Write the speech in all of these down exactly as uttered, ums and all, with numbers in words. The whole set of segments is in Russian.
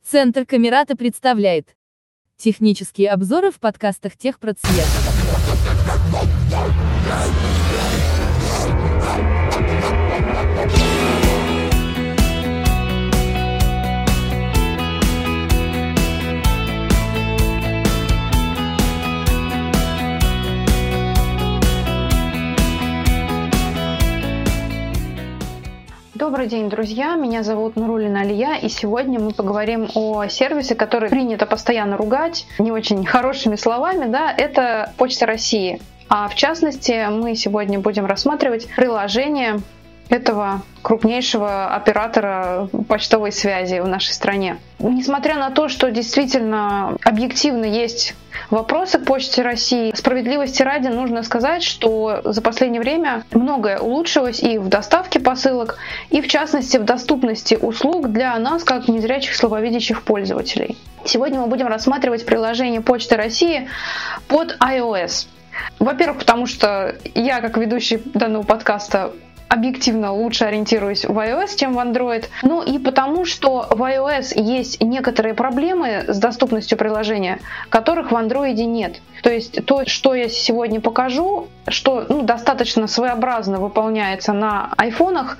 Центр Камерата представляет технические обзоры в подкастах Техпроцвет. Добрый день, друзья! Меня зовут Нуруллина Алия, и сегодня мы поговорим о сервисе, который принято постоянно ругать не очень хорошими словами, да, это Почта России. А в частности, мы сегодня будем рассматривать приложение этого крупнейшего оператора почтовой связи в нашей стране. Несмотря на то, что действительно объективно есть вопросы к Почте России, справедливости ради нужно сказать, что за последнее время многое улучшилось и в доставке посылок, и в частности в доступности услуг для нас, как незрячих слабовидящих пользователей. Сегодня мы будем рассматривать приложение Почты России под iOS. Во-первых, потому что я, как ведущий данного подкаста, объективно лучше ориентируюсь в iOS, чем в Android. Ну и потому, что в iOS есть некоторые проблемы с доступностью приложения, которых в Android нет. То есть то, что я сегодня покажу, что ну, достаточно своеобразно выполняется на айфонах,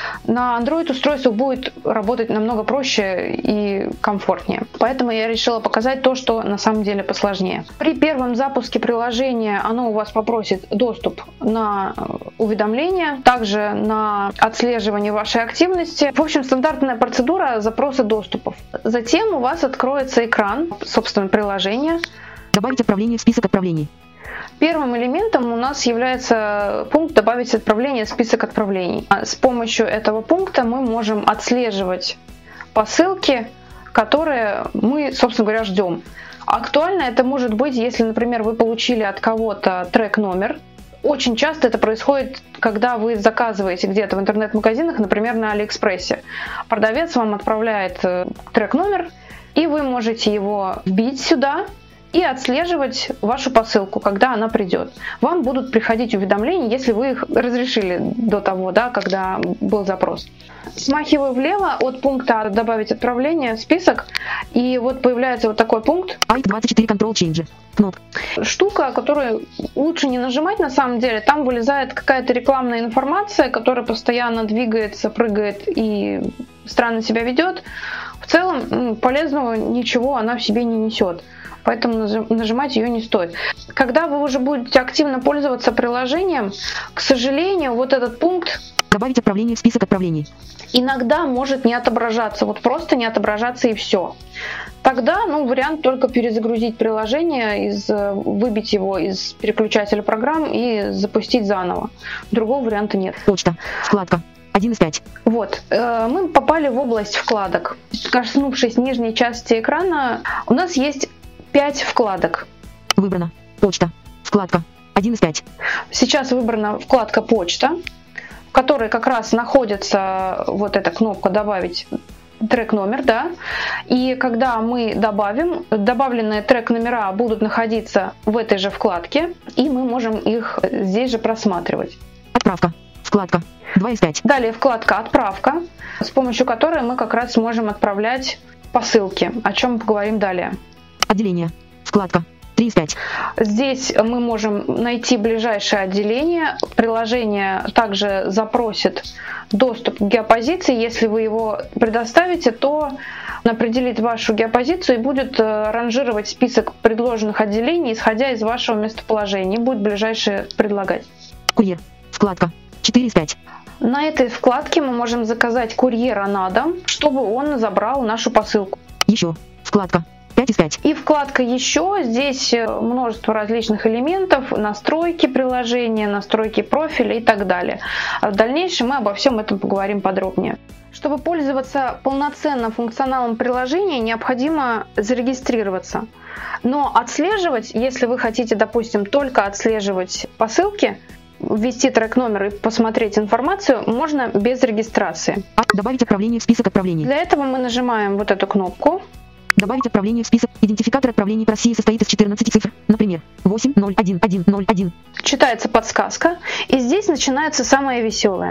на Android-устройствах будет работать намного проще и комфортнее. Поэтому я решила показать то, что на самом деле посложнее. При первом запуске приложения оно у вас попросит доступ на уведомления, также на отслеживание вашей активности. В общем, стандартная процедура запроса доступов. Затем у вас откроется экран, собственно, приложения. Добавить отправление в список отправлений. Первым элементом у нас является пункт «Добавить отправление в список отправлений». С помощью этого пункта мы можем отслеживать посылки, которые мы, собственно говоря, ждем. Актуально это может быть, если, например, вы получили от кого-то трек-номер. Очень часто это происходит, когда вы заказываете где-то в интернет-магазинах, например, на Алиэкспрессе. Продавец вам отправляет трек-номер, и вы можете его вбить сюда и отслеживать вашу посылку, когда она придет. Вам будут приходить уведомления, если вы их разрешили до того, да, когда был запрос. Смахиваю влево от пункта «Добавить отправление» в список, и вот появляется вот такой пункт. Alt двадцать четыре Control Change. Кнопка. Штука, которую лучше не нажимать на самом деле. Там вылезает какая-то рекламная информация, которая постоянно двигается, прыгает и странно себя ведет. В целом полезного ничего она в себе не несет. Поэтому нажимать ее не стоит. Когда вы уже будете активно пользоваться приложением, к сожалению, вот этот пункт «Добавить отправление в список отправлений» иногда может не отображаться. Вот просто не отображаться и все. Тогда, ну, вариант только перезагрузить приложение, из, выбить его из переключателя программ и запустить заново. Другого варианта нет. Почта. Вкладка. один из пяти. Вот, э, мы попали в область вкладок. Коснувшись нижней части экрана, у нас есть пять вкладок. Выбрано. Почта. Вкладка. один из пяти. Сейчас выбрана вкладка «Почта», в которой как раз находится вот эта кнопка «Добавить трек-номер», да. И когда мы добавим, добавленные трек-номера будут находиться в этой же вкладке, и мы можем их здесь же просматривать. Отправка. Вкладка. два из пяти. Далее вкладка «Отправка», с помощью которой мы как раз сможем отправлять посылки, о чем мы поговорим далее. Отделение. Вкладка. три из пяти. Здесь мы можем найти ближайшее отделение. Приложение также запросит доступ к геопозиции. Если вы его предоставите, то он определит вашу геопозицию и будет ранжировать список предложенных отделений, исходя из вашего местоположения, и будет ближайшее предлагать. Курьер. Вкладка. четыре из пяти. На этой вкладке мы можем заказать курьера на дом, чтобы он забрал нашу посылку. Еще. Вкладка. пять из пяти. И вкладка «Еще». Здесь множество различных элементов, настройки приложения, настройки профиля и так далее. А в дальнейшем мы обо всем этом поговорим подробнее. Чтобы пользоваться полноценным функционалом приложения, необходимо зарегистрироваться. Но отслеживать, если вы хотите, допустим, только отслеживать посылки, ввести трек-номер и посмотреть информацию, можно без регистрации. Добавить отправление в список отправлений. Для этого мы нажимаем вот эту кнопку. Добавить отправление в список. Идентификатор отправлений по России состоит из четырнадцати цифр. Например, восемь ноль один один ноль один. Читается подсказка, и здесь начинается самое веселое.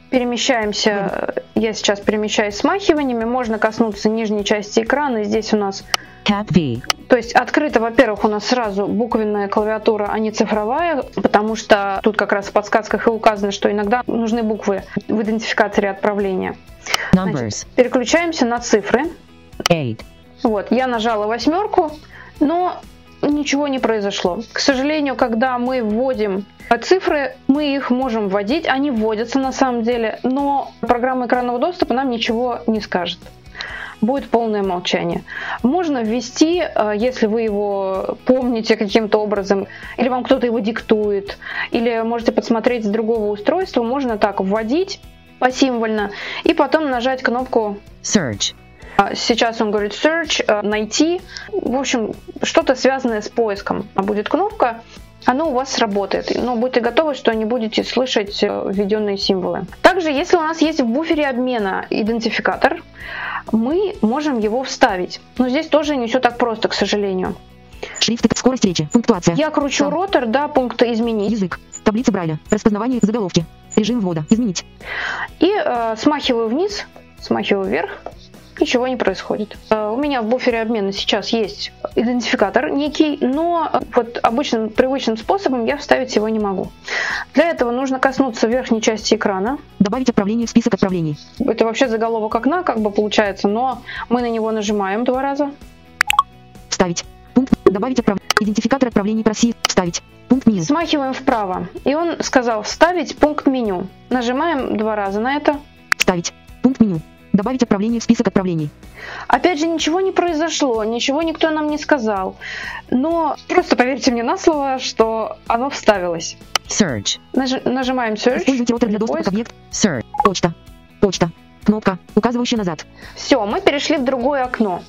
перемещаемся, я сейчас перемещаюсь смахиваниями, можно коснуться нижней части экрана, здесь у нас Tab V. То есть открыта, во-первых, у нас сразу буквенная клавиатура, а не цифровая, потому что тут как раз в подсказках и указано, что иногда нужны буквы в идентификаторе отправления. Значит, переключаемся на цифры. Eight. Вот, я нажала восьмерку, но ничего не произошло. К сожалению, когда мы вводим цифры, мы их можем вводить, они вводятся на самом деле, но программа экранного доступа нам ничего не скажет. Будет полное молчание. Можно ввести, если вы его помните каким-то образом, или вам кто-то его диктует, или можете подсмотреть с другого устройства, можно так вводить посимвольно, и потом нажать кнопку Search. Сейчас он говорит search, найти, в общем, что-то связанное с поиском. Будет кнопка, оно у вас сработает, но будьте готовы, что не будете слышать введенные символы. Также, если у нас есть в буфере обмена идентификатор, мы можем его вставить. Но здесь тоже не все так просто, к сожалению. Шрифт, скорость речи, пунктуация. Я кручу Там. ротор до пункта «Изменить». Язык, таблица Брайля, распознавание заголовки, режим ввода, изменить. И э, смахиваю вниз, смахиваю вверх. Ничего не происходит. У меня в буфере обмена сейчас есть идентификатор некий, но вот обычным привычным способом я вставить его не могу. Для этого нужно коснуться верхней части экрана. Добавить отправление в список отправлений. Это вообще заголовок окна, как бы получается, но мы на него нажимаем два раза. Вставить. Пункт. Добавить отправление. Идентификатор отправлений по России. Вставить. Пункт меню. Смахиваем вправо. И он сказал вставить пункт меню. Нажимаем два раза на это. Вставить. Пункт меню. Добавить отправление в список отправлений. Опять же, ничего не произошло, ничего никто нам не сказал. Но просто поверьте мне на слово, что оно вставилось. Search. Наж- нажимаем Search. Используйте ротор для доступа к объекту. Search. Почта. Почта. Кнопка, указывающая назад. Все, мы перешли в другое окно.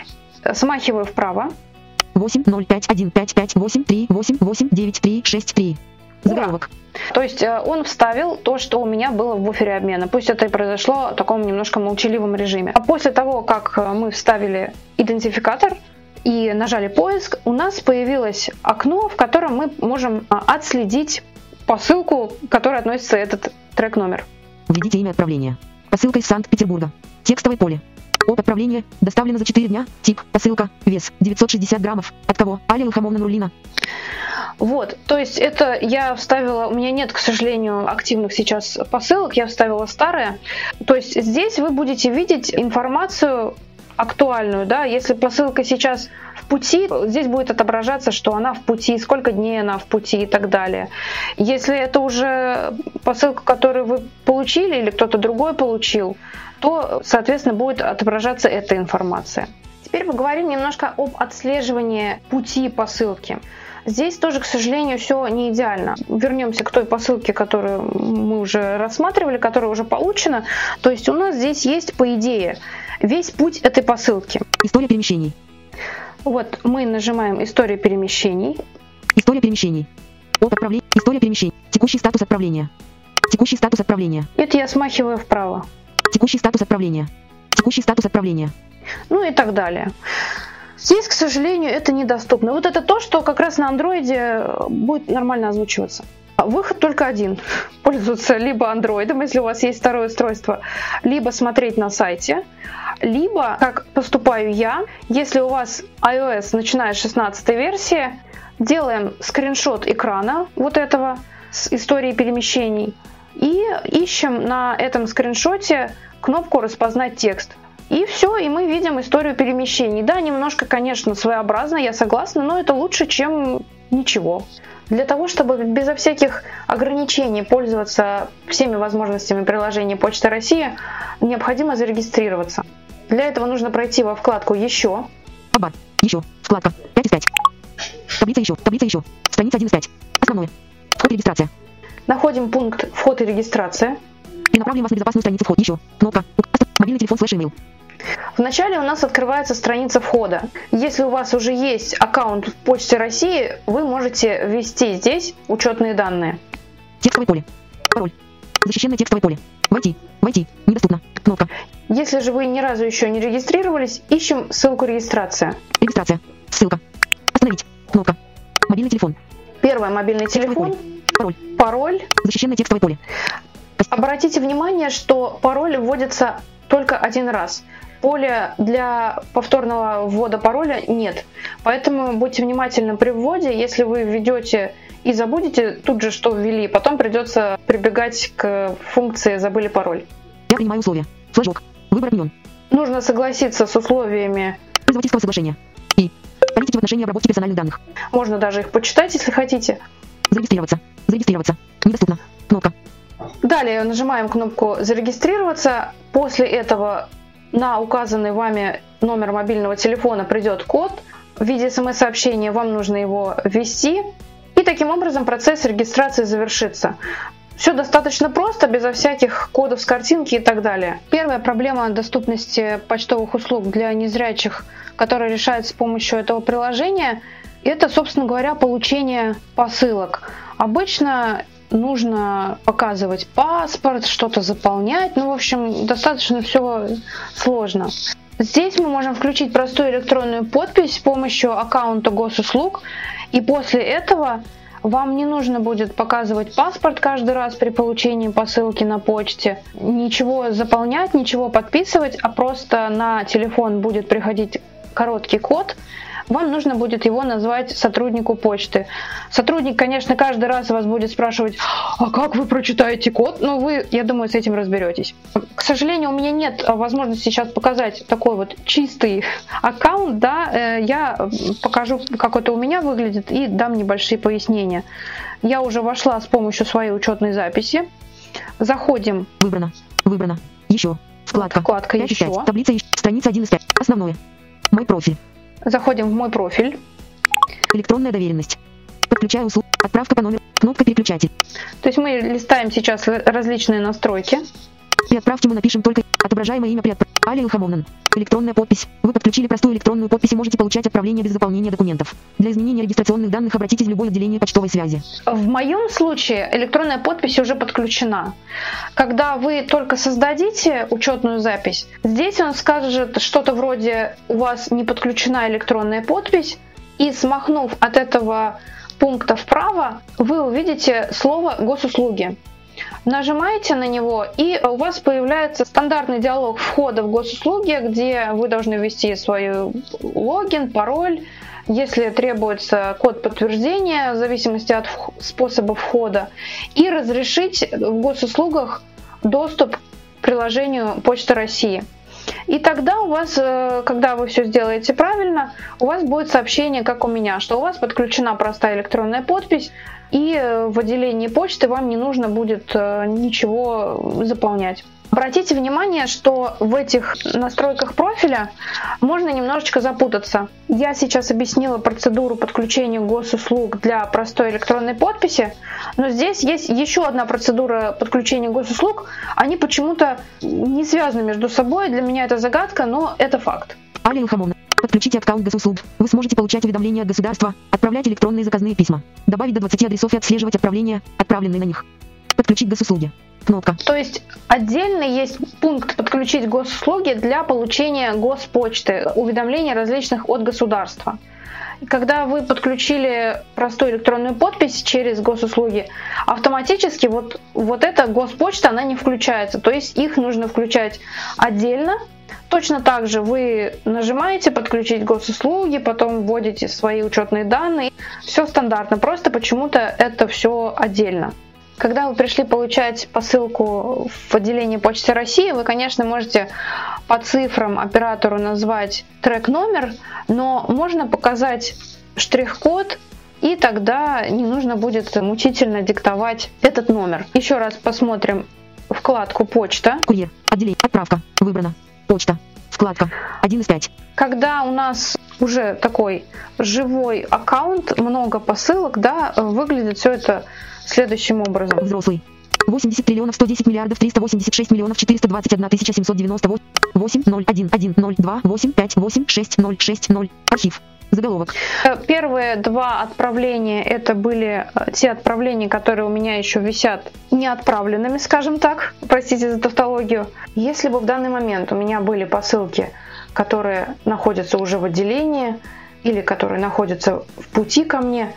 Смахиваю вправо. восемь ноль пять один пять пять восемь три восемь восемь девять три шесть три. Заголовок. То есть он вставил то, что у меня было в буфере обмена. Пусть это и произошло в таком немножко молчаливом режиме. А после того, как мы вставили идентификатор и нажали поиск, у нас появилось окно, в котором мы можем отследить посылку, к которой относится этот трек-номер. Введите имя отправления. Посылка из Санкт-Петербурга. Текстовое поле. От отправления. Доставлено за четыре дня. Тип. Посылка. Вес. девятьсот шестьдесят граммов. От кого? Аля Илхамовна Нурлина. Вот, то есть это я вставила, у меня нет, к сожалению, активных сейчас посылок, я вставила старые. То есть здесь вы будете видеть информацию актуальную, да, если посылка сейчас в пути, здесь будет отображаться, что она в пути, сколько дней она в пути и так далее. Если это уже посылка, которую вы получили или кто-то другой получил, то, соответственно, будет отображаться эта информация. Теперь поговорим немножко об отслеживании пути посылки. Здесь тоже, к сожалению, все не идеально. Вернемся к той посылке, которую мы уже рассматривали, которая уже получена. То есть у нас здесь есть, по идее, весь путь этой посылки. История перемещений. Вот мы нажимаем «История перемещений». История перемещений. От отправления. История перемещений. Текущий статус отправления. Текущий статус отправления. Это я смахиваю вправо. Текущий статус отправления. Текущий статус отправления. Ну и так далее. Здесь, к сожалению, это недоступно. Вот это то, что как раз на андроиде будет нормально озвучиваться. Выход только один. Пользоваться либо андроидом, если у вас есть второе устройство, либо смотреть на сайте, либо, как поступаю я, если у вас iOS, начиная с шестнадцатой версии, делаем скриншот экрана вот этого с историей перемещений и ищем на этом скриншоте кнопку «Распознать текст». И все, и мы видим историю перемещений. Да, немножко, конечно, своеобразно, я согласна, но это лучше, чем ничего. Для того, чтобы безо всяких ограничений пользоваться всеми возможностями приложения Почта России, необходимо зарегистрироваться. Для этого нужно пройти во вкладку «Еще». Аббат. Еще. Вкладка. пять из пяти. Таблица «Еще». Таблица «Еще». Страница один из пяти. Основное. Вход и регистрация. Находим пункт «Вход и регистрация». И направим вас на безопасную страницу «Вход». Еще. Кнопка. Мобильный телефон слэш email. Вначале у нас открывается страница входа. Если у вас уже есть аккаунт в Почте России, вы можете ввести здесь учетные данные. Текстовое поле. Пароль. Защищенное текстовое поле. Войти. Войти. Недоступно. Кнопка. Если же вы ни разу еще не регистрировались, ищем ссылку «Регистрация». Регистрация. Ссылка. Остановить. Кнопка. Мобильный телефон. Первое — мобильный Текстовое телефон. поле. Пароль. Пароль. Защищенное текстовое поле. Обратите внимание, что пароль вводится только один раз. Поля для повторного ввода пароля нет. Поэтому будьте внимательны при вводе. Если вы введете и забудете тут же, что ввели, потом придется прибегать к функции «забыли пароль». Я принимаю условия. Флажок. Выбор отменен. Нужно согласиться с условиями Пользовательского соглашения. И политики в отношении обработки персональных данных. Можно даже их почитать, если хотите. Зарегистрироваться. Зарегистрироваться. Недоступно. Кнопка. Далее нажимаем кнопку «Зарегистрироваться». После этого на указанный вами номер мобильного телефона придет код. В виде смс-сообщения вам нужно его ввести. И таким образом процесс регистрации завершится. Все достаточно просто, безо всяких кодов с картинки и так далее. Первая проблема доступности почтовых услуг для незрячих, которая решается с помощью этого приложения, это, собственно говоря, получение посылок. Обычно нужно показывать паспорт, что-то заполнять. Ну, в общем, достаточно все сложно. Здесь мы можем включить простую электронную подпись с помощью аккаунта госуслуг. И после этого вам не нужно будет показывать паспорт каждый раз при получении посылки на почте. Ничего заполнять, ничего подписывать, а просто на телефон будет приходить короткий код. Вам нужно будет его назвать сотруднику почты. Сотрудник, конечно, каждый раз вас будет спрашивать: а как вы прочитаете код? Но вы, я думаю, с этим разберетесь. К сожалению, у меня нет возможности сейчас показать такой вот чистый аккаунт. Да? Я покажу, как это у меня выглядит, и дам небольшие пояснения. Я уже вошла с помощью своей учетной записи. Заходим. Выбрано. Выбрано. Еще. Вкладка. Вкладка пять из пяти. еще. Таблица еще. Страница один из пяти. Основное. Мой профиль. Заходим в мой профиль. Электронная доверенность. Подключаю услугу. Отправка по номеру. Кнопка переключатель. То есть мы листаем сейчас различные настройки. При отправке мы напишем только отображаемое имя при отправке. Алия Илхамовна. Электронная подпись. Вы подключили простую электронную подпись и можете получать отправление без заполнения документов. Для изменения регистрационных данных обратитесь в любое отделение почтовой связи. В моем случае электронная подпись уже подключена. Когда вы только создадите учетную запись, здесь он скажет что-то вроде «У вас не подключена электронная подпись», и смахнув от этого пункта вправо, вы увидите слово «Госуслуги». Нажимаете на него, и у вас появляется стандартный диалог входа в госуслуги, где вы должны ввести свой логин, пароль, если требуется код подтверждения в зависимости от способа входа, и разрешить в госуслугах доступ к приложению Почта России. И тогда у вас, когда вы все сделаете правильно, у вас будет сообщение, как у меня, что у вас подключена простая электронная подпись, и в отделении почты вам не нужно будет ничего заполнять. Обратите внимание, что в этих настройках профиля можно немножечко запутаться. Я сейчас объяснила процедуру подключения госуслуг для простой электронной подписи, но здесь есть еще одна процедура подключения госуслуг. Они почему-то не связаны между собой. Для меня это загадка, но это факт. Алия Илхамовна. Подключите аккаунт госуслуг. Вы сможете получать уведомления от государства, отправлять электронные заказные письма, добавить до двадцати адресов и отслеживать отправления, отправленные на них. Подключить госуслуги. Кнопка. То есть отдельно есть пункт «Подключить госуслуги» для получения госпочты, уведомлений различных от государства. Когда вы подключили простую электронную подпись через госуслуги, автоматически вот, вот эта госпочта, она не включается. То есть их нужно включать отдельно. Точно так же вы нажимаете «Подключить госуслуги», потом вводите свои учетные данные. Все стандартно, просто почему-то это все отдельно. Когда вы пришли получать посылку в отделение Почты России, вы, конечно, можете по цифрам оператору назвать трек-номер, но можно показать штрих-код, и тогда не нужно будет мучительно диктовать этот номер. Еще раз посмотрим вкладку «Почта». Курьер. Отделение. Отправка. Выбрано. Почта. Вкладка. один из пяти. Когда у нас уже такой живой аккаунт, много посылок, да, выглядит все это следующим образом. Взрослый. восемьдесят триллионов сто десять миллиардов триста восемьдесят шесть миллионов четыреста двадцать одна тысяча семьсот девяносто восемь ноль один один ноль два восемь пять восемь шесть ноль шесть ноль. Архив. Заголовок. Первые два отправления — это были те отправления, которые у меня еще висят неотправленными, скажем так. Простите за тавтологию. Если бы в данный момент у меня были посылки, которые находятся уже в отделении или которые находятся в пути ко мне,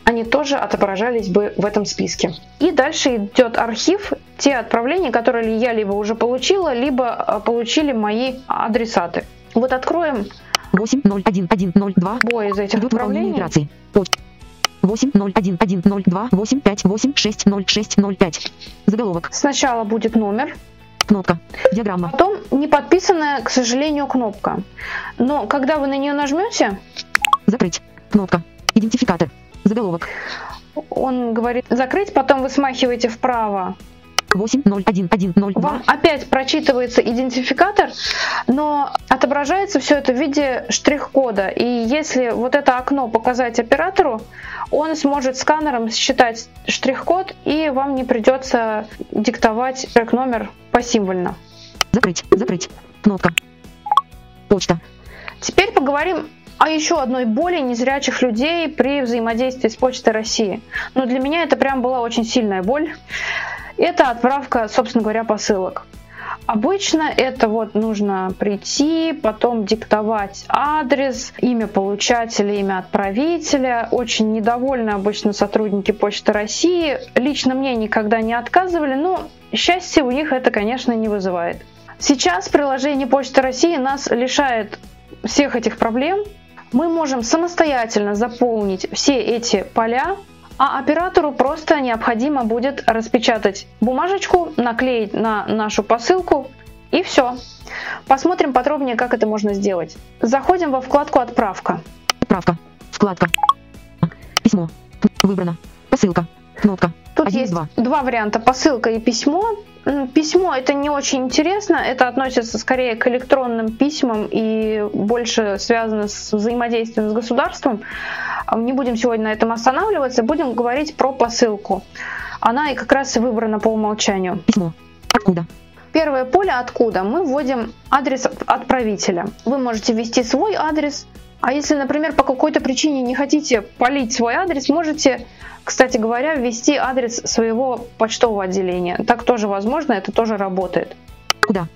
они тоже отображались бы в этом списке. И дальше идет архив, те отправления, которые я либо уже получила, либо получили мои адресаты. Вот откроем восемь ноль один один ноль два. Бой из этих Идет выполнение отправлений. операции. восемь ноль один один ноль два восемь пять восемь шесть ноль шесть ноль пять. Заголовок. Сначала будет номер. Кнопка. Диаграмма. Потом не подписанная, к сожалению, кнопка. Но когда вы на нее нажмете, Закрыть. Кнопка. Идентификатор. Заголовок. он говорит закрыть, потом вы смахиваете вправо. восемь ноль один один ноль два. Вам опять прочитывается идентификатор, но отображается все это в виде штрих-кода. И если вот это окно показать оператору, он сможет сканером считать штрих-код, и вам не придется диктовать трек-номер посимвольно. Закрыть. Закрыть. Кнопка. Почта. Теперь поговорим о еще одной боли незрячих людей при взаимодействии с Почтой России. Но для меня это прям была очень сильная боль. Это отправка, собственно говоря, посылок. Обычно это вот нужно прийти, потом диктовать адрес, имя получателя, имя отправителя. Очень недовольны обычно сотрудники Почты России. Лично мне никогда не отказывали, но счастья у них это, конечно, не вызывает. Сейчас приложение Почты России нас лишает всех этих проблем. Мы можем самостоятельно заполнить все эти поля, а оператору просто необходимо будет распечатать бумажечку, наклеить на нашу посылку и все. Посмотрим подробнее, как это можно сделать. Заходим во вкладку «Отправка». Отправка. Вкладка. Письмо. Выбрано. Посылка. Кнопка. Тут один, есть два. два варианта: посылка и письмо. Письмо это не очень интересно, это относится скорее к электронным письмам и больше связано с взаимодействием с государством. Не будем сегодня на этом останавливаться, будем говорить про посылку. Она и как раз и выбрана по умолчанию. Письмо. Откуда? Первое поле «Откуда» мы вводим адрес отправителя. Вы можете ввести свой адрес, а если, например, по какой-то причине не хотите полить свой адрес, можете, кстати говоря, ввести адрес своего почтового отделения. Так тоже возможно, это тоже работает. Куда?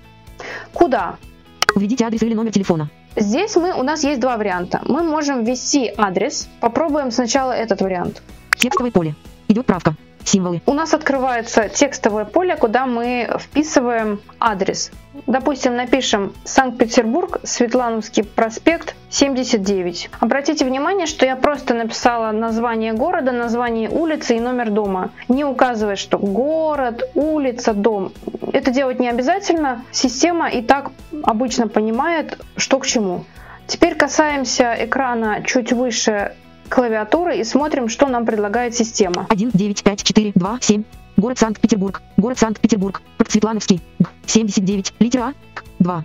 Куда? Введите адрес или номер телефона. Здесь мы, у нас есть два варианта. Мы можем ввести адрес. Попробуем сначала этот вариант. Текстовое поле. Идет правка. Символы. У нас открывается текстовое поле, куда мы вписываем адрес. Допустим, напишем Санкт-Петербург, Светлановский проспект, семьдесят девять. Обратите внимание, что я просто написала название города, название улицы и номер дома. Не указывая, что город, улица, дом. Это делать не обязательно. Система и так обычно понимает, что к чему. Теперь касаемся экрана чуть выше клавиатуры и смотрим, что нам предлагает система. один девять пять четыре два семь. Город Санкт-Петербург. Город Санкт-Петербург. Светлановский. семьдесят девять. Литера А. два.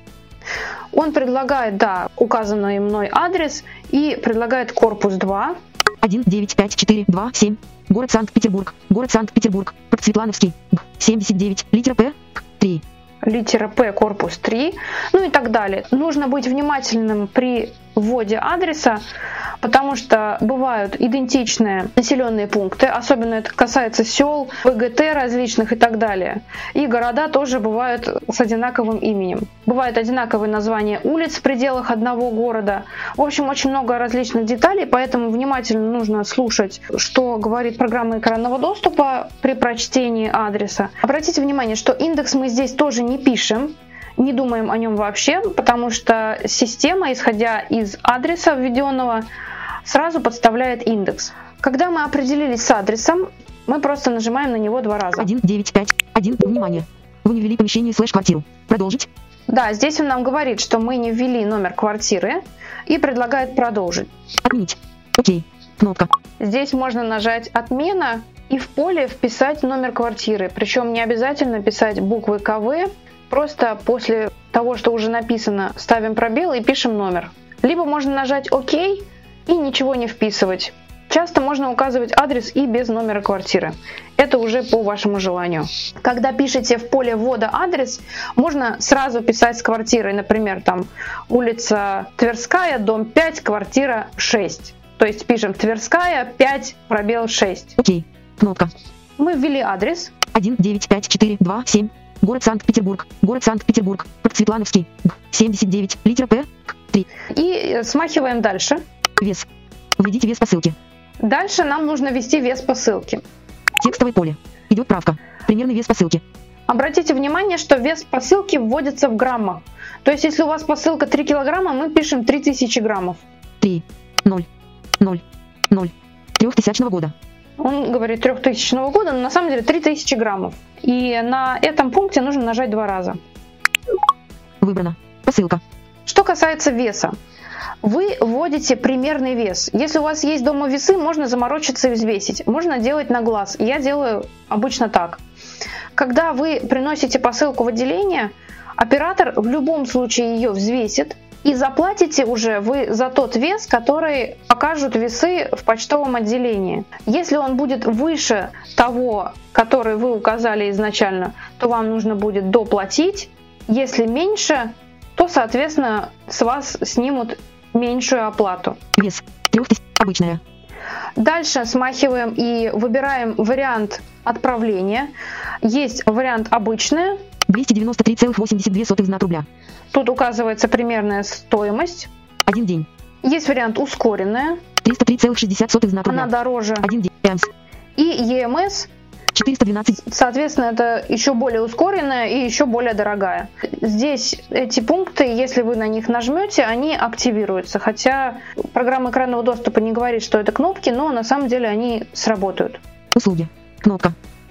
Он предлагает, да, указанный мной адрес и предлагает корпус два. один девять пять четыре два семь. Город Санкт-Петербург. Город Санкт-Петербург. Светлановский. семьдесят девять. Литера П. три. Литера П, корпус три, ну и так далее. Нужно быть внимательным при вводе адреса, потому что бывают идентичные населенные пункты, особенно это касается сел, ВГТ различных и так далее. И города тоже бывают с одинаковым именем. Бывают одинаковые названия улиц в пределах одного города. В общем, очень много различных деталей, поэтому внимательно нужно слушать, что говорит программа экранного доступа при прочтении адреса. Обратите внимание, что индекс мы здесь тоже не пишем, не думаем о нем вообще, потому что система, исходя из адреса введенного, сразу подставляет индекс. Когда мы определились с адресом, мы просто нажимаем на него два раза. один девять пять один. Внимание! Вы не ввели помещение слэш-квартиру. Продолжить? Да, здесь он нам говорит, что мы не ввели номер квартиры и предлагает продолжить. Отменить. Окей. Кнопка. Здесь можно нажать «Отмена» и в поле вписать номер квартиры. Причем не обязательно писать буквы ка вэ, просто после того, что уже написано, ставим пробел и пишем номер. Либо можно нажать «Ок» и ничего не вписывать. Часто можно указывать адрес и без номера квартиры. Это уже по вашему желанию. Когда пишете в поле ввода адрес, можно сразу писать с квартирой. Например, там улица Тверская, дом пять, квартира шесть. То есть пишем Тверская, пять, пробел шесть. Окей. Кнопка. Мы ввели адрес. один девять пять четыре два семь. Город Санкт-Петербург. Город Санкт-Петербург. Светлановский. семьдесят девять. Литера П. три. И смахиваем дальше. Вес. Введите вес посылки. Дальше нам нужно ввести вес посылки. Текстовое поле. Идет правка. Примерный вес посылки. Обратите внимание, что вес посылки вводится в граммах. То есть, если у вас посылка три килограмма, мы пишем три тысячи граммов. три, ноль, ноль, ноль. трехтысячного года. Он говорит трехтысячного года, но на самом деле три тысячи граммов. И на этом пункте нужно нажать два раза. Выбрано. Посылка. Что касается веса. Вы вводите примерный вес. Если у вас есть дома весы, можно заморочиться и взвесить. Можно делать на глаз. Я делаю обычно так. Когда вы приносите посылку в отделение, оператор в любом случае ее взвесит, и заплатите уже вы за тот вес, который покажут весы в почтовом отделении. Если он будет выше того, который вы указали изначально, то вам нужно будет доплатить. Если меньше, то, соответственно, с вас снимут меньшую оплату. Вес. трехтысяч. Обычная. Дальше смахиваем и выбираем вариант отправления. Есть вариант обычная. двести девяносто три целых восемьдесят две сотых знак рубля. Тут указывается примерная стоимость. Один день. Есть вариант ускоренная. триста три целых шестьдесят сотых знак рубля. Она дороже. Один день. Эмс. И и эм эс. четыреста двенадцать. Соответственно, это еще более ускоренная и еще более дорогая. Здесь эти пункты, если вы на них нажмете, они активируются. Хотя программа экранного доступа не говорит, что это кнопки, но на самом деле они сработают. Услуги. Кнопка.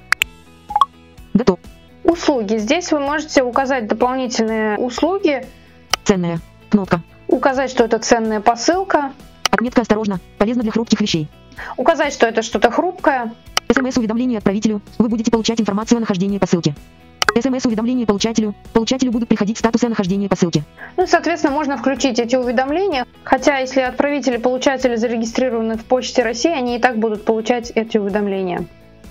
Готов. Услуги. Здесь вы можете указать дополнительные услуги. Ценная. Кнопка. Указать, что это ценная посылка. Отметка «Осторожно». Полезно для хрупких вещей. Указать, что это что-то хрупкое. СМС-уведомление отправителю. Вы будете получать информацию о нахождении посылки. СМС-уведомление получателю. Получателю будут приходить статусы о нахождении посылки. Ну, соответственно, можно включить эти уведомления. Хотя, если отправитель и получатели зарегистрированы в Почте России, они и так будут получать эти уведомления.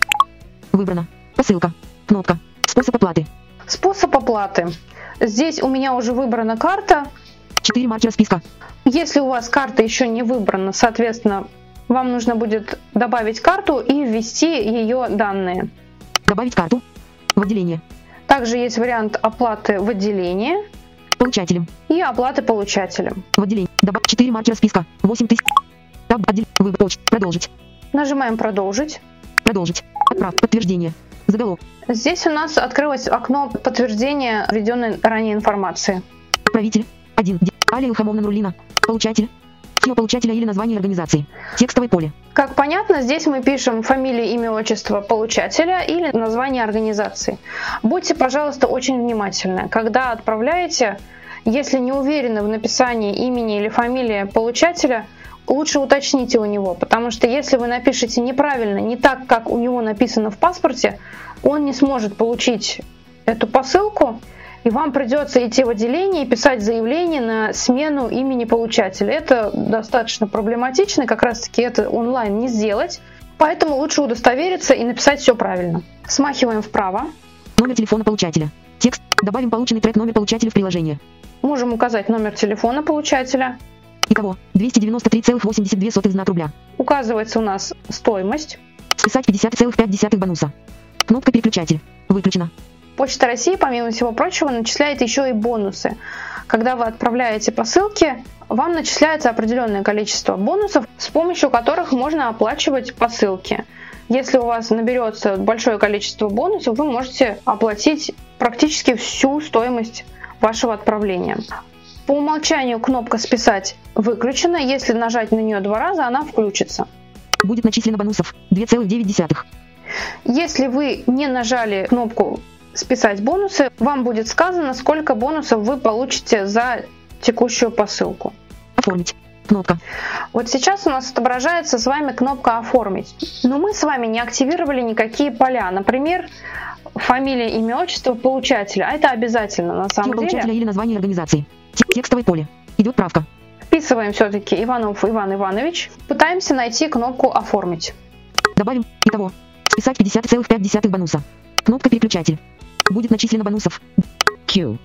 Выбрано. Посылка. Кнопка. Способ оплаты. Способ оплаты. Здесь у меня уже выбрана карта. четыре маркера списка. Если у вас карта еще не выбрана, соответственно, вам нужно будет добавить карту и ввести ее данные. Добавить карту. В отделение. Также есть вариант оплаты в отделении. Получателем. И оплаты получателем. В отделении. Добавить четыре маркера списка. восемь тысяч. Таб. Отдел. Выбор. Почта. Продолжить. Нажимаем «Продолжить». Продолжить. Отправ. Подтверждение. Заголовок. Здесь у нас открылось окно подтверждения введенной ранее информации. Отправитель. один. Алия Илхамовна Нурлина. Получатель. Имя получателя или название организации. Текстовое поле. Как понятно, здесь мы пишем фамилию, имя, отчество получателя или название организации. Будьте, пожалуйста, очень внимательны. Когда отправляете, если не уверены в написании имени или фамилии получателя, лучше уточните у него, потому что если вы напишете неправильно, не так, как у него написано в паспорте, он не сможет получить эту посылку, и вам придется идти в отделение и писать заявление на смену имени получателя. Это достаточно проблематично, как раз таки это онлайн не сделать, поэтому лучше удостовериться и написать все правильно. Смахиваем вправо. Номер телефона получателя. Текст. Добавим полученный трек номер получателя в приложение. Можем указать номер телефона получателя. Итого двести девяносто три целых восемьдесят две сотых знак рубля. Указывается у нас стоимость. Списать пятьдесят целых пять десятых бонуса. Кнопка «Переключатель». Выключена. Почта России, помимо всего прочего, начисляет еще и бонусы. Когда вы отправляете посылки, вам начисляется определенное количество бонусов, с помощью которых можно оплачивать посылки. Если у вас наберется большое количество бонусов, вы можете оплатить практически всю стоимость вашего отправления. По умолчанию кнопка «Списать» выключена. Если нажать на нее два раза, она включится. Будет начислено бонусов две целых девять десятых. Если вы не нажали кнопку «Списать бонусы», вам будет сказано, сколько бонусов вы получите за текущую посылку. Оформить. Кнопка. Вот сейчас у нас отображается с вами кнопка «Оформить». Но мы с вами не активировали никакие поля. Например, фамилия, имя, отчество получателя. А это обязательно на самом Имя деле. получателя или название организации. Текстовое поле. Идет правка. Вписываем все-таки Иванов Иван Иванович. Пытаемся найти кнопку «Оформить». Добавим. Итого. Списать пятьдесят целых пять десятых бонуса. Кнопка «Переключатель». Будет начислено бонусов. Q.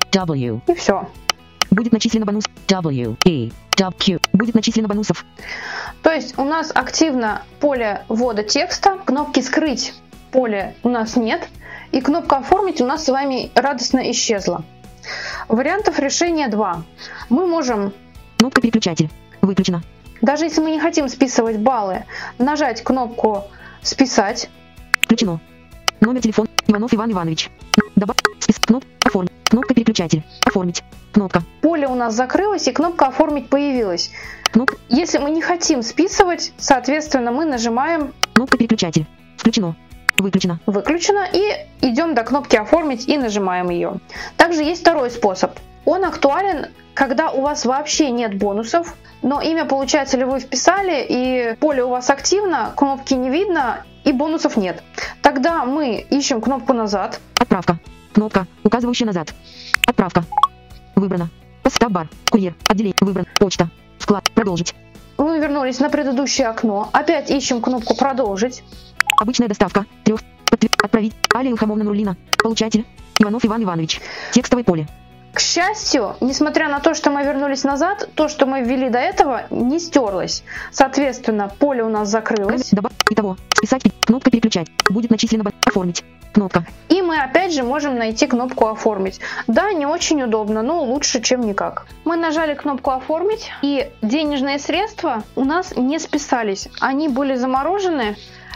W. И все. Будет начислено бонус. W. E. W. Будет начислено бонусов. То есть у нас активно поле ввода текста, кнопки «Скрыть» поле у нас нет, и кнопка «Оформить» у нас с вами радостно исчезла. Вариантов решения два. Мы можем... Кнопка «Переключатель». Выключена. Даже если мы не хотим списывать баллы, нажать кнопку «Списать». Включено. Номер телефона Иванов Иван Иванович. Добавить. Спис. Кнопка. Оформить. Кнопка переключатель. Оформить. Кнопка. Поле у нас закрылось и кнопка «Оформить» появилась. Кнопка. Если мы не хотим списывать, соответственно, мы нажимаем Кнопка переключатель. Включено. Выключено. «Выключено» и идем до кнопки «Оформить» и нажимаем ее. Также есть второй способ. Он актуален, когда у вас вообще нет бонусов, но имя получателя вы вписали, и поле у вас активно, кнопки не видно, и бонусов нет. Тогда мы ищем кнопку «Назад». Отправка. Кнопка, указывающая назад. Отправка. Выбрано. Стаб-бар. Курьер. Отделение. Выбран. Почта. Вклад. Продолжить. Вы вернулись на предыдущее окно. Опять ищем кнопку «Продолжить». Обычная доставка. Трех. Подтвер... Отправить. Алия Илхамовна Нулина. Получатель. Иванов Иван Иванович. Текстовое поле. К счастью, несмотря на то, что мы вернулись назад, то, что мы ввели до этого, не стерлось. Соответственно, поле у нас закрылось. Добавить. Итого. Списать. Кнопка переключать. Будет начислено. Оформить. Кнопка. И мы опять же можем найти кнопку «Оформить». Да, не очень удобно, но лучше, чем никак. Мы нажали кнопку «Оформить», и денежные средства у нас не списались. Они были заморожены,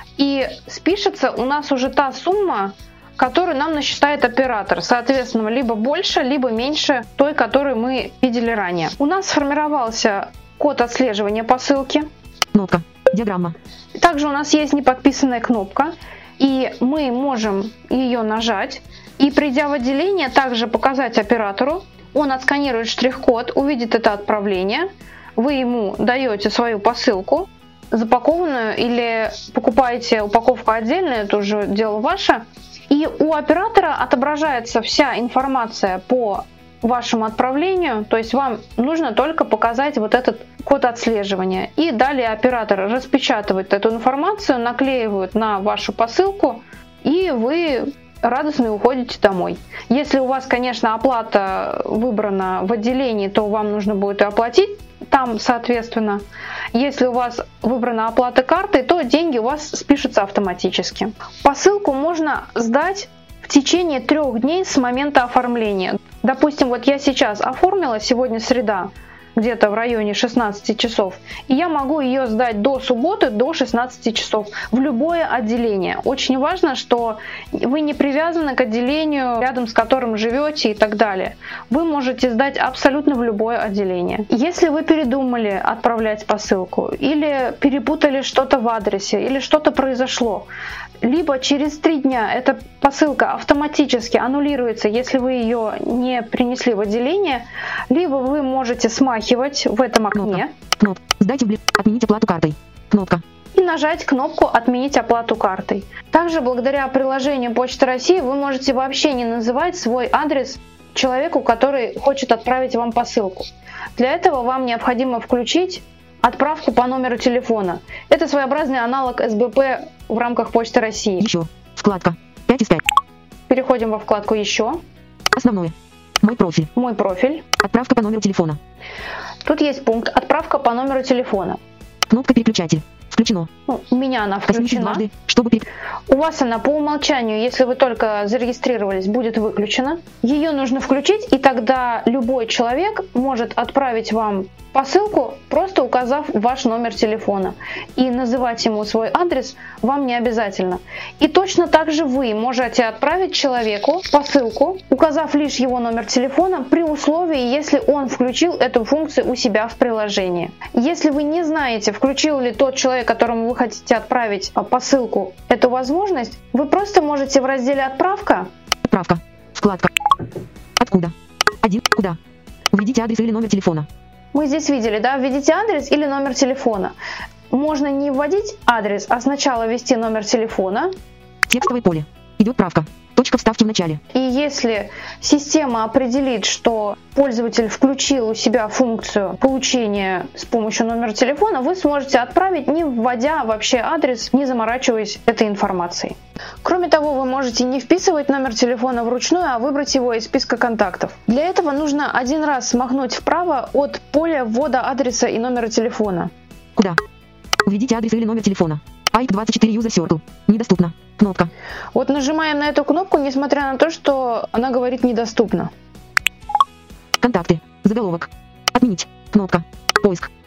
и спишется у нас уже та сумма, которую нам насчитает оператор. Соответственно, либо больше, либо меньше той, которую мы видели ранее. У нас сформировался код отслеживания посылки. Кнопка. Диаграмма. Также у нас есть неподписанная кнопка, и мы можем ее нажать и, придя в отделение, также показать оператору. Он отсканирует штрих-код, увидит это отправление. Вы ему даете свою посылку, запакованную, или покупаете упаковку отдельно, это уже дело ваше. И у оператора отображается вся информация по вашему отправлению, то есть вам нужно только показать вот этот код отслеживания. И далее оператор распечатывает эту информацию, наклеивает на вашу посылку, и вы радостно уходите домой. Если у вас, конечно, оплата выбрана в отделении, то вам нужно будет и оплатить там, соответственно. Если у вас выбрана оплата картой, то деньги у вас спишутся автоматически. Посылку можно сдать в течение трех дней с момента оформления. Допустим, вот я сейчас оформила, сегодня среда, где-то в районе шестнадцати часов, и я могу ее сдать до субботы, до шестнадцати часов, в любое отделение. Очень важно, что вы не привязаны к отделению, рядом с которым живете и так далее. Вы можете сдать абсолютно в любое отделение. Если вы передумали отправлять посылку, или перепутали что-то в адресе, или что-то произошло, либо через три дня эта посылка автоматически аннулируется, если вы ее не принесли в отделение, либо вы можете смахивать в этом окне. Кнопка. Кнопка. Сдайте в блин. Отменить оплату картой. Кнопка. И нажать кнопку «Отменить оплату картой». Также благодаря приложению Почта России вы можете вообще не называть свой адрес человеку, который хочет отправить вам посылку. Для этого вам необходимо включить отправку по номеру телефона. Это своеобразный аналог эс бэ пэ в рамках Почты России. Еще. Вкладка. пять из пяти. Переходим во вкладку «Еще». Основное. Мой профиль. Мой профиль. Отправка по номеру телефона. Тут есть пункт «Отправка по номеру телефона». Кнопка переключатель. Включено. Ну, у меня она Коснитесь включена. дважды, чтобы пере... У вас она по умолчанию, если вы только зарегистрировались, будет выключена. Ее нужно включить, и тогда любой человек может отправить вам посылку, просто указав ваш номер телефона. И называть ему свой адрес вам не обязательно. И точно так же вы можете отправить человеку посылку, указав лишь его номер телефона, при условии, если он включил эту функцию у себя в приложении. Если вы не знаете, включил ли тот человек, которому вы хотите отправить посылку, эту возможность, вы просто можете в разделе «Отправка». Отправка. Вкладка. Откуда? Один. Куда? Введите адрес или номер телефона. Мы здесь видели, да, введите адрес или номер телефона. Можно не вводить адрес, а сначала ввести номер телефона. Текстовое поле. Идет правка. Точка вставки в начале. И если система определит, что пользователь включил у себя функцию получения с помощью номера телефона, вы сможете отправить, не вводя вообще адрес, не заморачиваясь этой информацией. Кроме того, вы можете не вписывать номер телефона вручную, а выбрать его из списка контактов. Для этого нужно один раз смахнуть вправо от поля ввода адреса и номера телефона. Куда? Введите адрес или номер телефона. ай пи двадцать четыре User Circle. Недоступно. Кнопка. Вот нажимаем на эту кнопку, несмотря на то, что она говорит «недоступно». Контакты. Заголовок. Отменить. Кнопка. Поиск.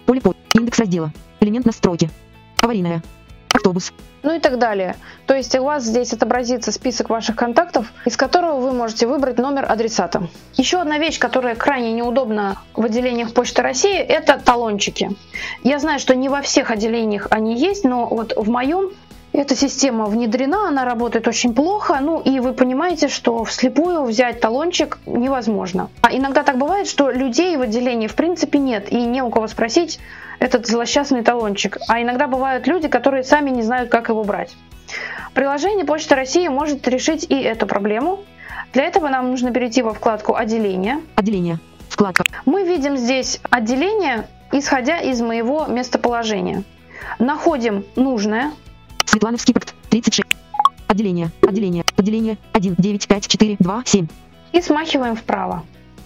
Поле под. Индекс раздела. Элемент настройки. Аварийная. Автобус. Ну и так далее. То есть у вас здесь отобразится список ваших контактов, из которого вы можете выбрать номер адресата. Еще одна вещь, которая крайне неудобна в отделениях Почты России, это талончики. Я знаю, что не во всех отделениях они есть, но вот в моем эта система внедрена, она работает очень плохо, ну и вы понимаете, что вслепую взять талончик невозможно. А иногда так бывает, что людей в отделении в принципе нет, и не у кого спросить этот злосчастный талончик. А иногда бывают люди, которые сами не знают, как его брать. Приложение Почта России может решить и эту проблему. Для этого нам нужно перейти во вкладку «Отделение». Отделение. Вкладка. Мы видим здесь отделение, исходя из моего местоположения. Находим нужное. Светлановский проспект, тридцать шесть. Отделение. Отделение. Отделение. один девять пять четыре два семь. И смахиваем вправо.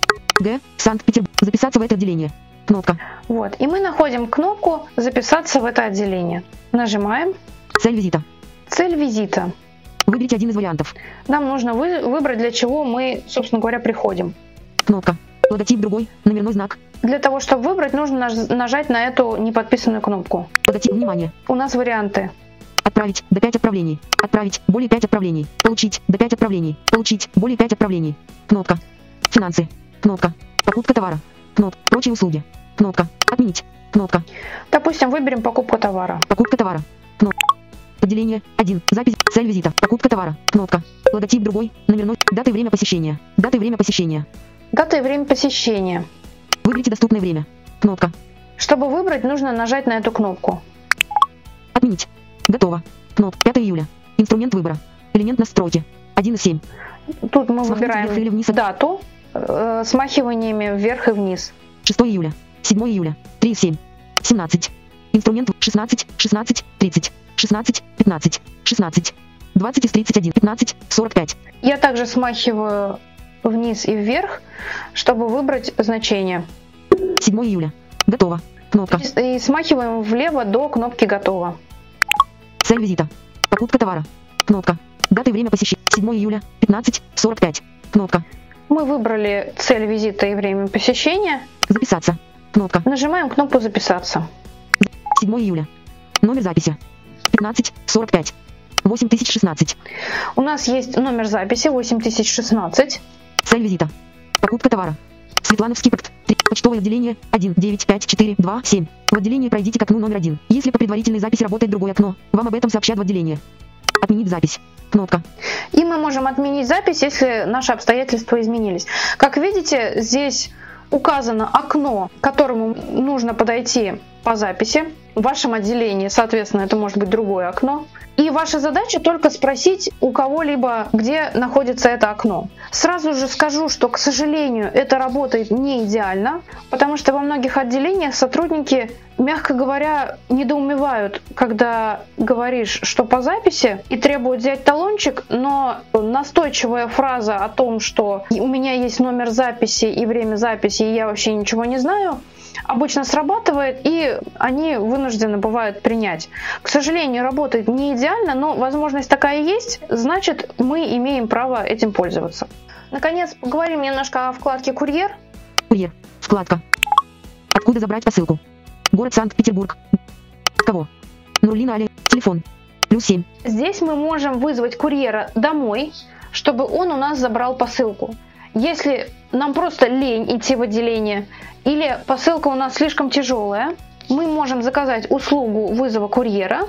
Г. Санкт-Петербург. Записаться в это отделение. Кнопка. Вот. И мы находим кнопку «Записаться в это отделение». Нажимаем. Цель визита. Цель визита. Выберите один из вариантов. Нам нужно вы, выбрать, для чего мы, собственно говоря, приходим. Кнопка. Логотип другой. Номерной знак. Для того, чтобы выбрать, нужно наж- нажать на эту неподписанную кнопку. Логотип. Внимание. У нас варианты. Отправить до пять отправлений. Отправить более пять отправлений. Получить до пять отправлений. Получить более пять отправлений. Кнопка. Финансы. Кнопка. Покупка товара. Кнопка. Прочие услуги. Кнопка. Отменить. Кнопка. Допустим, выберем покупку товара. Покупка товара. Кнопка. Отделение один. Запись. Цель визита. Покупка товара. Кнопка. Логотип другой. Номерной. Дата и время посещения. Дата и время посещения. Дата и время посещения. Выберите доступное время. Кнопка. Чтобы выбрать, нужно нажать на эту кнопку. Отменить. Готово. Кнопка. пятое июля. Инструмент выбора. Элемент настройки. один из семь. Тут мы Смахните выбираем вверх или вниз. дату э, смахиваниями вверх и вниз. шестое июля. седьмое июля. три из семь. семнадцать. Инструмент шестнадцать, шестнадцать, тридцать, шестнадцать, пятнадцать, шестнадцать, двадцать из тридцать один, пятнадцать, сорок пять. Я также смахиваю вниз и вверх, чтобы выбрать значение. седьмое июля. Готово. Кнопка. И, и смахиваем влево до кнопки «Готово». Цель визита. Покупка товара. Кнопка. Дата и время посещения. седьмое июля. пятнадцать, сорок пять. Кнопка. Мы выбрали цель визита и время посещения. Записаться. Кнопка. Нажимаем кнопку «Записаться». седьмое июля. Номер записи. пятнадцать, сорок пять. восемь тысяч шестнадцать. У нас есть номер записи восемь тысяч шестнадцать. Цель визита. Покупка товара. Светлановский проспект. Почтовое отделение. один девять пять четыре два семь. В отделении пройдите к окну номер один. Если по предварительной записи работает другое окно, вам об этом сообщат в отделении. Отменить запись. Кнопка. И мы можем отменить запись, если наши обстоятельства изменились. Как видите, здесь указано окно, к которому нужно подойти по записи. В вашем отделении, соответственно, это может быть другое окно. И ваша задача только спросить у кого-либо, где находится это окно. Сразу же скажу, что, к сожалению, это работает не идеально, потому что во многих отделениях сотрудники, мягко говоря, недоумевают, когда говоришь, что по записи, и требуют взять талончик, но настойчивая фраза о том, что у меня есть номер записи и время записи, и я вообще ничего не знаю, обычно срабатывает, и они вынуждены бывают принять. К сожалению, работает не идеально, но возможность такая есть, значит, мы имеем право этим пользоваться. Наконец, поговорим немножко о вкладке «Курьер». Курьер. Вкладка. Откуда забрать посылку? Город Санкт-Петербург. Кого? Нурлина Али. Телефон. Плюс семь. Здесь мы можем вызвать курьера домой, чтобы он у нас забрал посылку. Если нам просто лень идти в отделение, или посылка у нас слишком тяжелая, мы можем заказать услугу вызова курьера,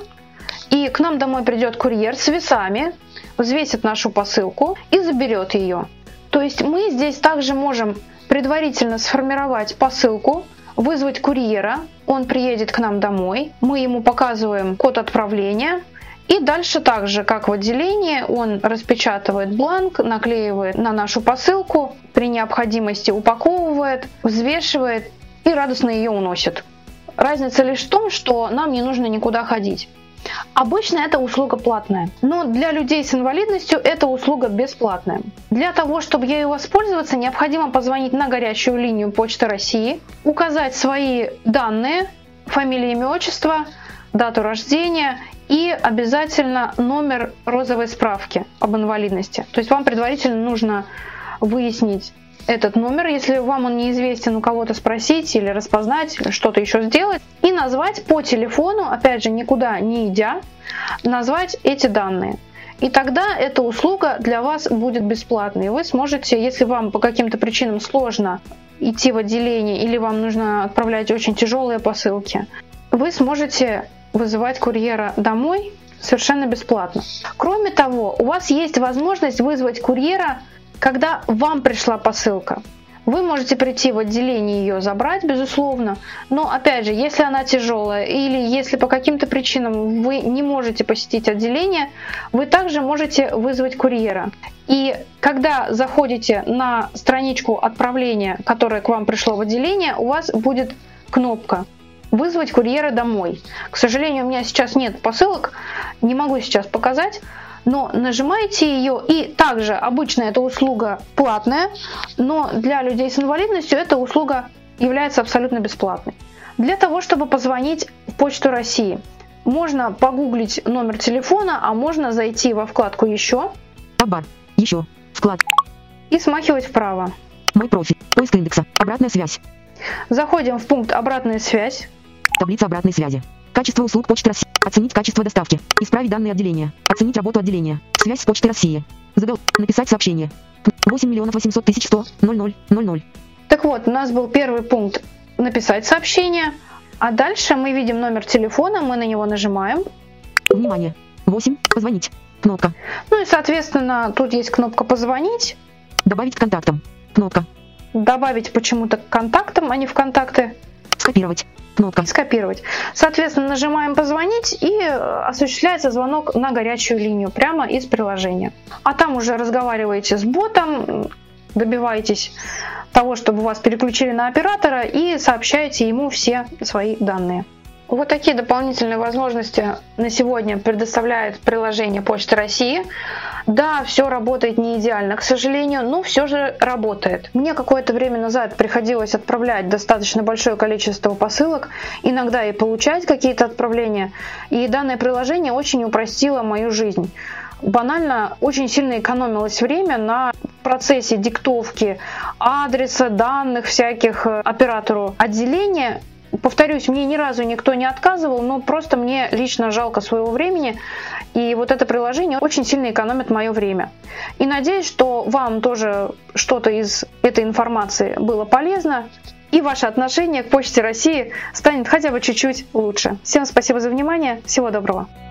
и к нам домой придет курьер с весами, взвесит нашу посылку и заберет ее. То есть мы здесь также можем предварительно сформировать посылку, вызвать курьера, он приедет к нам домой, мы ему показываем код отправления, и дальше так же, как в отделении, он распечатывает бланк, наклеивает на нашу посылку, при необходимости упаковывает, взвешивает и радостно ее уносит. Разница лишь в том, что нам не нужно никуда ходить. Обычно эта услуга платная, но для людей с инвалидностью эта услуга бесплатная. Для того, чтобы ею воспользоваться, необходимо позвонить на горячую линию Почты России, указать свои данные, фамилия, имя, отчество, дату рождения и обязательно номер розовой справки об инвалидности. То есть вам предварительно нужно выяснить этот номер, если вам он неизвестен, у кого-то спросить или распознать, или что-то еще сделать, и назвать по телефону, опять же, никуда не идя, назвать эти данные. И тогда эта услуга для вас будет бесплатной. Вы сможете, если вам по каким-то причинам сложно идти в отделение или вам нужно отправлять очень тяжелые посылки, вы сможете вызывать курьера домой совершенно бесплатно. Кроме того, у вас есть возможность вызвать курьера, когда вам пришла посылка. Вы можете прийти в отделение и ее забрать, безусловно, но опять же, если она тяжелая или если по каким-то причинам вы не можете посетить отделение, вы также можете вызвать курьера. И когда заходите на страничку отправления, которая к вам пришло в отделение, у вас будет кнопка «Вызвать курьера домой». К сожалению, у меня сейчас нет посылок, не могу сейчас показать. Но нажимаете ее, и также обычно эта услуга платная, но для людей с инвалидностью эта услуга является абсолютно бесплатной. Для того, чтобы позвонить в Почту России, можно погуглить номер телефона, а можно зайти во вкладку «Еще», Таб-бар. Еще. Вклад. и смахивать вправо. Мой профиль. Поиск индекса. Обратная связь. Заходим в пункт «Обратная связь». Таблица обратной связи. Качество услуг Почты России. Оценить качество доставки. Исправить данные отделения. Оценить работу отделения. Связь с Почтой России. Задал. Написать сообщение. восемь миллионов восемьсот тысяч сто. ноль ноль ноль ноль. Так вот, у нас был первый пункт «Написать сообщение», а дальше мы видим номер телефона, мы на него нажимаем. Внимание. восемь. Позвонить. Кнопка. Ну и, соответственно, тут есть кнопка «Позвонить». Добавить к контактам. Кнопка. Добавить почему-то к контактам, а не в контакты. Скопировать. Кнопка. Скопировать. Соответственно, нажимаем «Позвонить» и осуществляется звонок на горячую линию прямо из приложения. А там уже разговариваете с ботом, добиваетесь того, чтобы вас переключили на оператора и сообщаете ему все свои данные. Вот такие дополнительные возможности на сегодня предоставляет приложение Почты России. Да, все работает не идеально, к сожалению, но все же работает. Мне какое-то время назад приходилось отправлять достаточно большое количество посылок, иногда и получать какие-то отправления. И данное приложение очень упростило мою жизнь. Банально очень сильно экономилось время на процессе диктовки адреса, данных всяких оператору отделения. Повторюсь, мне ни разу никто не отказывал, но просто мне лично жалко своего времени, и вот это приложение очень сильно экономит мое время. И надеюсь, что вам тоже что-то из этой информации было полезно, и ваше отношение к Почте России станет хотя бы чуть-чуть лучше. Всем спасибо за внимание, всего доброго!